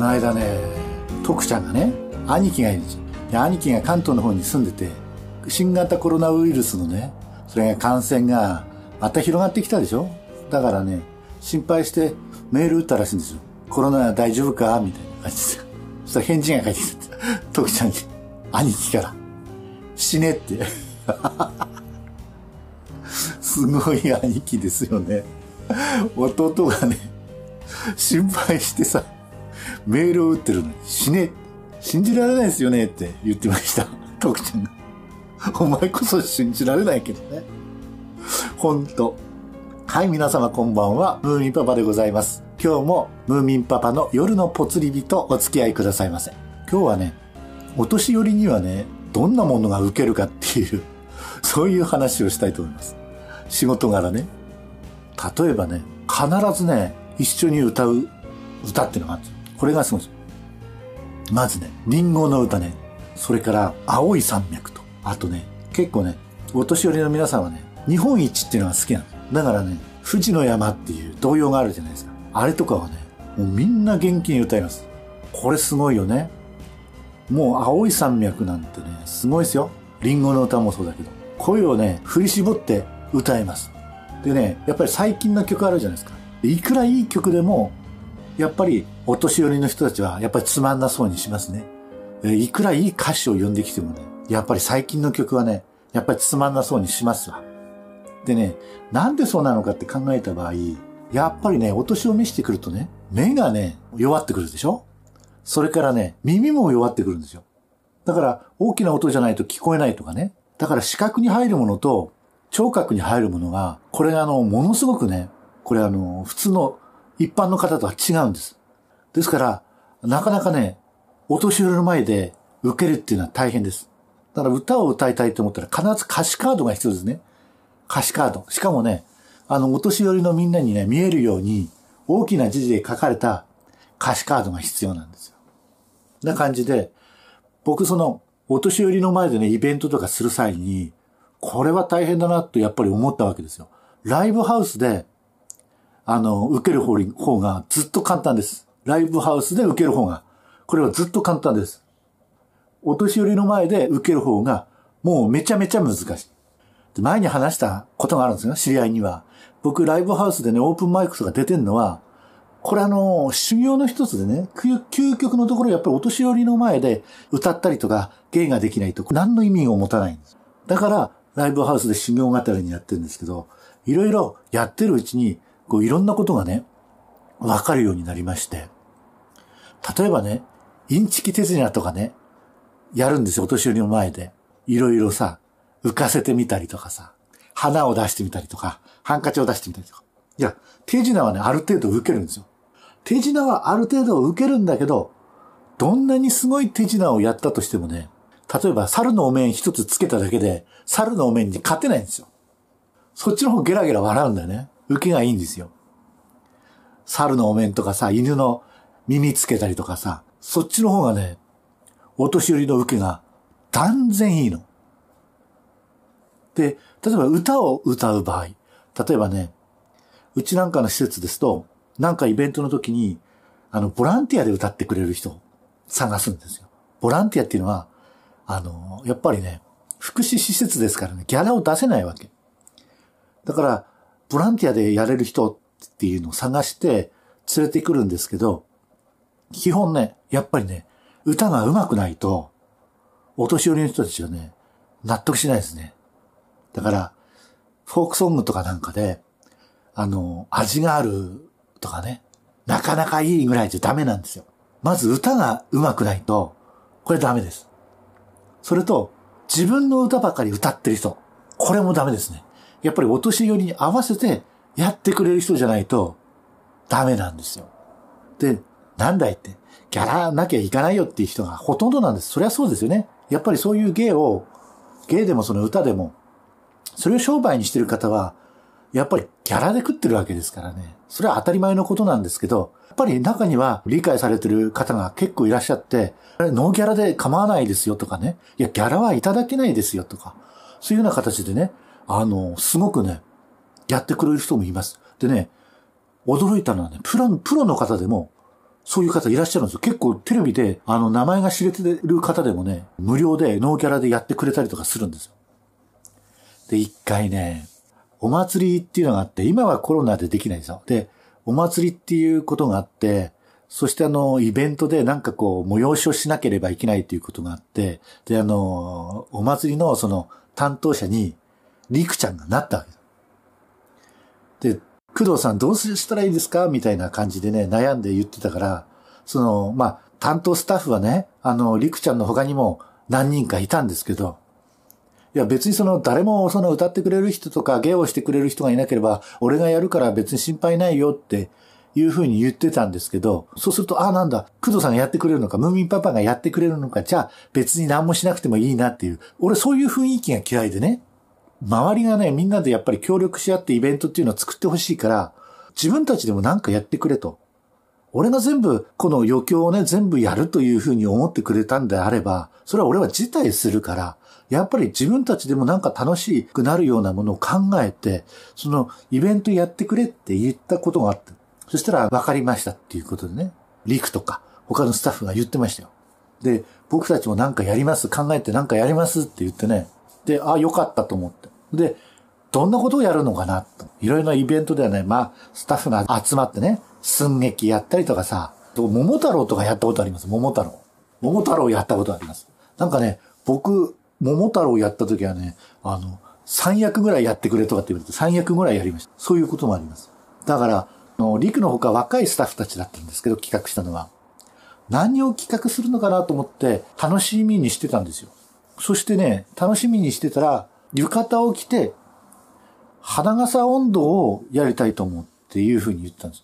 の間ね、徳ちゃんがね、兄貴がいるんですよ。で、兄貴が関東の方に住んでて、新型コロナウイルスのね、それが感染がまた広がってきたでしょ。だからね、心配してメール打ったらしいんですよ。コロナ大丈夫かみたいな感じで。そしたら返事が返ってきた。徳ちゃんに、兄貴から、死ねって。すごい兄貴ですよね。弟がね、心配してさ、メールを打ってるのに、死ね。信じられないですよねって言ってました。徳ちゃんが。お前こそ信じられないけどね。ほんと。はい、皆様こんばんは。ムーミンパパでございます。今日もムーミンパパの夜のぽつり人お付き合いくださいませ。今日はね、お年寄りにはね、どんなものが受けるかっていう、そういう話をしたいと思います。仕事柄ね。例えばね、必ずね、一緒に歌う歌っていうのがあるんですよ。これがすごいですよ。まずね、リンゴの歌ね。それから青い山脈と。あとね、結構ね、お年寄りの皆さんはね、日本一っていうのが好きなの。だからね、富士の山っていう童謡があるじゃないですか。あれとかはね、もうみんな元気に歌います。これすごいよね。もう青い山脈なんてね、すごいですよ。リンゴの歌もそうだけど。声をね、振り絞って歌えます。でね、やっぱり最近の曲あるじゃないですか。いくらいい曲でも、やっぱりお年寄りの人たちはやっぱりつまんなそうにしますね。いくらいい歌手を呼んできてもね、やっぱり最近の曲はね、やっぱりつまんなそうにしますわ。でね、なんでそうなのかって考えた場合、やっぱりね、お年を召してくるとね、目がね、弱ってくるでしょ。それからね、耳も弱ってくるんですよ。だから大きな音じゃないと聞こえないとかね。だから視覚に入るものと聴覚に入るものが、これがものすごくね、これ普通の一般の方とは違うんです。ですから、なかなかね、お年寄りの前で受けるっていうのは大変です。だから歌を歌いたいと思ったら必ず歌詞カードが必要ですね。歌詞カード。しかもね、お年寄りのみんなにね、見えるように大きな字で書かれた歌詞カードが必要なんですよ。な感じで、僕お年寄りの前でね、イベントとかする際に、これは大変だなとやっぱり思ったわけですよ。ライブハウスで、受ける方がずっと簡単です。ライブハウスで受ける方が、これはずっと簡単です。お年寄りの前で受ける方が、もうめちゃめちゃ難しい。前に話したことがあるんですよ、知り合いには。僕、ライブハウスでね、オープンマイクとか出てんのは、これ修行の一つでね、究極のところやっぱりお年寄りの前で歌ったりとか芸ができないと何の意味を持たないんです。だからライブハウスで修行がてらにやってるんですけど、いろいろやってるうちにいろんなことがね、わかるようになりまして。例えばね、インチキ手品とかね、やるんですよ、お年寄りの前で。いろいろさ、浮かせてみたりとかさ、花を出してみたりとか、ハンカチを出してみたりとか。いや、手品はね、ある程度受けるんですよ。手品はある程度受けるんだけど、どんなにすごい手品をやったとしてもね、例えば猿のお面一つつけただけで、猿のお面に勝てないんですよ。そっちの方ゲラゲラ笑うんだよね。受けがいいんですよ。猿のお面とかさ、犬の耳つけたりとかさ、そっちの方がね、お年寄りの受けが断然いいの。で、例えば歌を歌う場合、例えばね、うちなんかの施設ですと、なんかイベントの時に、ボランティアで歌ってくれる人を探すんですよ。ボランティアっていうのは、やっぱりね、福祉施設ですからね、ギャラを出せないわけ。だから、ボランティアでやれる人っていうのを探して連れてくるんですけど、基本ね、やっぱりね、歌が上手くないと、お年寄りの人たちはね、納得しないですね。だから、フォークソングとかなんかで、味があるとかね、なかなかいいぐらいじゃダメなんですよ。まず歌が上手くないと、これダメです。それと、自分の歌ばかり歌ってる人、これもダメですね。やっぱりお年寄りに合わせてやってくれる人じゃないとダメなんですよ。で、なんだいって、ギャラなきゃいかないよっていう人がほとんどなんです。そりゃそうですよね。やっぱりそういう芸でもその歌でも、それを商売にしてる方は、やっぱりギャラで食ってるわけですからね。それは当たり前のことなんですけど、やっぱり中には理解されてる方が結構いらっしゃって、ノーギャラで構わないですよとかね。いや、ギャラはいただけないですよとか。そういうような形でね、すごくね、やってくれる人もいます。でね、驚いたのはね、プロの方でも、 そういう方いらっしゃるんですよ。結構テレビで、名前が知れてる方でもね、無料でノーギャラでやってくれたりとかするんですよ。で、一回ね、お祭りっていうのがあって、今はコロナでできないんですよ。で、お祭りっていうことがあって、そしてイベントでなんかこう、催しをしなければいけないっていうことがあって、で、お祭りのその担当者に、りくちゃんがなったわけです。で、工藤さんどうしたらいいですかみたいな感じでね、悩んで言ってたから、担当スタッフはね、りくちゃんの他にも何人かいたんですけど、いや別に誰も歌ってくれる人とか芸をしてくれる人がいなければ、俺がやるから別に心配ないよっていう風に言ってたんですけど、そうすると、なんだ、工藤さんがやってくれるのか、ムーミンパパがやってくれるのか、じゃあ別に何もしなくてもいいなっていう、俺そういう雰囲気が嫌いでね、周りがね、みんなでやっぱり協力し合ってイベントっていうのを作ってほしいから、自分たちでもなんかやってくれと。俺が全部、この余興をね、全部やるというふうに思ってくれたんであれば、それは俺は辞退するから、やっぱり自分たちでもなんか楽しくなるようなものを考えて、そのイベントやってくれって言ったことがあった。そしたら分かりましたっていうことでね、リクとか他のスタッフが言ってましたよ。で、僕たちもなんかやります、考えてなんかやりますって言ってね、で、よかったと思って。で、どんなことをやるのかなと。いろいろなイベントではね、スタッフが集まってね、寸劇やったりとかさ、桃太郎とかやったことあります。桃太郎やったことあります。なんかね、僕、桃太郎やった時はね、3役ぐらいやってくれとかって言われて3役ぐらいやりました。そういうこともあります。だから、陸のほか若いスタッフたちだったんですけど、企画したのは。何を企画するのかなと思って楽しみにしてたんですよ。そしてね、楽しみにしてたら、浴衣を着て、花笠音頭をやりたいと思うっていうふうに言ったんです。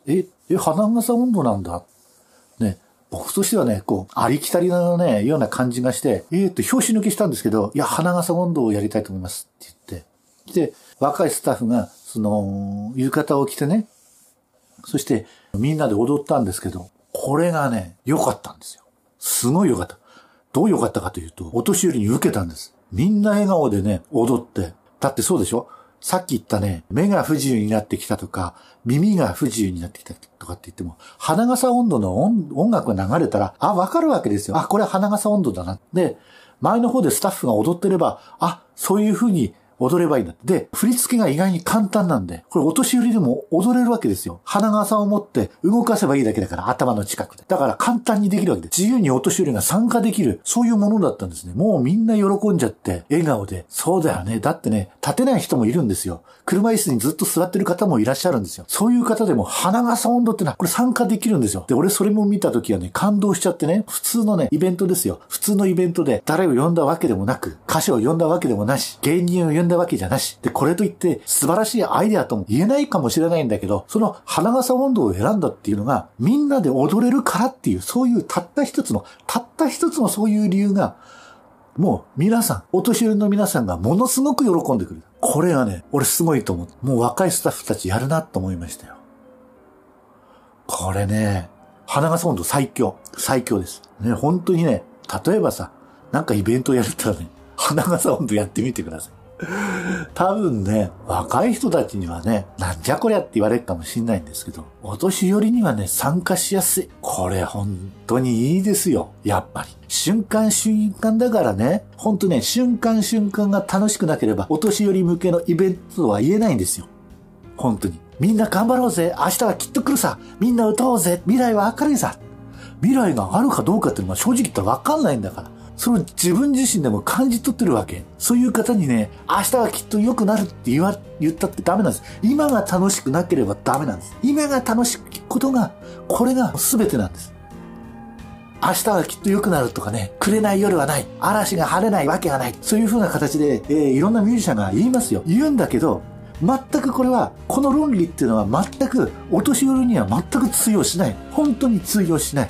花笠音頭なんだ。ね、僕としてはね、ありきたりなね、ような感じがして、拍子抜けしたんですけど、いや、花笠音頭をやりたいと思いますって言って、で、若いスタッフが、浴衣を着てね、そしてみんなで踊ったんですけど、これがね、良かったんですよ。すごい良かった。どう良かったかというと、お年寄りに受けたんです。みんな笑顔でね、踊って。だってそうでしょ？さっき言ったね、目が不自由になってきたとか、耳が不自由になってきたとかって言っても、花笠音頭の音楽が流れたら、わかるわけですよ。これは花笠音頭だな。で、前の方でスタッフが踊ってれば、そういう風に踊ればいいんだ。で、振り付けが意外に簡単なんで、これお年寄りでも踊れるわけですよ。花笠を持って動かせばいいだけだから、頭の近くで。だから簡単にできるわけで、自由にお年寄りが参加できる、そういうものだったんですね。もうみんな喜んじゃって、笑顔で。そうだよね。だってね、立てない人もいるんですよ。車椅子にずっと座ってる方もいらっしゃるんですよ。そういう方でも花笠音頭ってのは、これ参加できるんですよ。で、俺それも見た時はね、感動しちゃってね、普通のね、イベントですよ。普通のイベントで、誰を呼んだわけでもなく、歌手を呼んだわけでもなし、芸人を呼んだわけじゃなし。で、これといって素晴らしいアイデアとも言えないかもしれないんだけど、その花笠音頭を選んだっていうのが、みんなで踊れるからっていう、そういうたった一つのそういう理由が、もう皆さん、お年寄りの皆さんがものすごく喜んでくれる。これがね、俺すごいと思う。もう若いスタッフたちやるなと思いましたよ。これね、花笠音頭最強です。ね、本当にね、例えばさ、なんかイベントやったらね、花笠音頭やってみてください。多分ね、若い人たちにはね、なんじゃこりゃって言われるかもしれないんですけど、お年寄りにはね、参加しやすい。これ本当にいいですよ。やっぱり。瞬間瞬間だからね、本当ね、瞬間瞬間が楽しくなければ、お年寄り向けのイベントとは言えないんですよ。本当に。みんな頑張ろうぜ。明日はきっと来るさ。みんな歌おうぜ。未来は明るいさ。未来があるかどうかっていうのは正直言ったら分かんないんだから。それを自分自身でも感じ取ってるわけ。そういう方にね、明日はきっと良くなるって言ったってダメなんです。今が楽しくなければダメなんです。今が楽しいことが、これが全てなんです。明日はきっと良くなるとかね、暮れない夜はない。嵐が晴れないわけがない。そういう風な形で、いろんなミュージシャンが言いますよ。言うんだけど、全くこれは、この論理っていうのは全く、お年寄りには全く通用しない。本当に通用しない。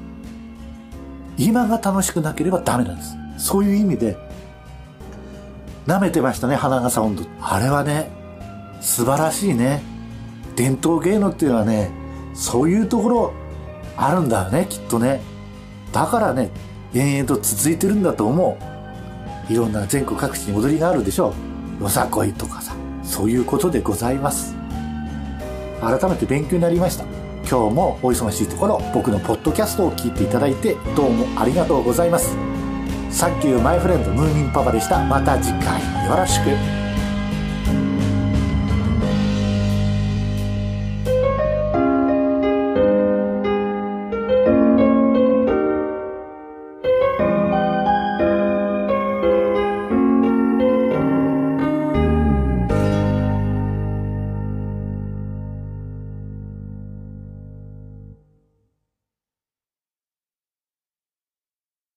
今が楽しくなければダメなんです。そういう意味で、舐めてましたね、花笠音頭。あれはね、素晴らしいね。伝統芸能っていうのはね、そういうところあるんだよね、きっとね。だからね、延々と続いてるんだと思う。いろんな全国各地に踊りがあるでしょう。よさこいとかさ、そういうことでございます。改めて勉強になりました。 今日もお忙しいところ僕のポッドキャストを聞いていただいてどうもありがとうございます。サンキューマイフレンドムーミンパパでした。また次回よろしく。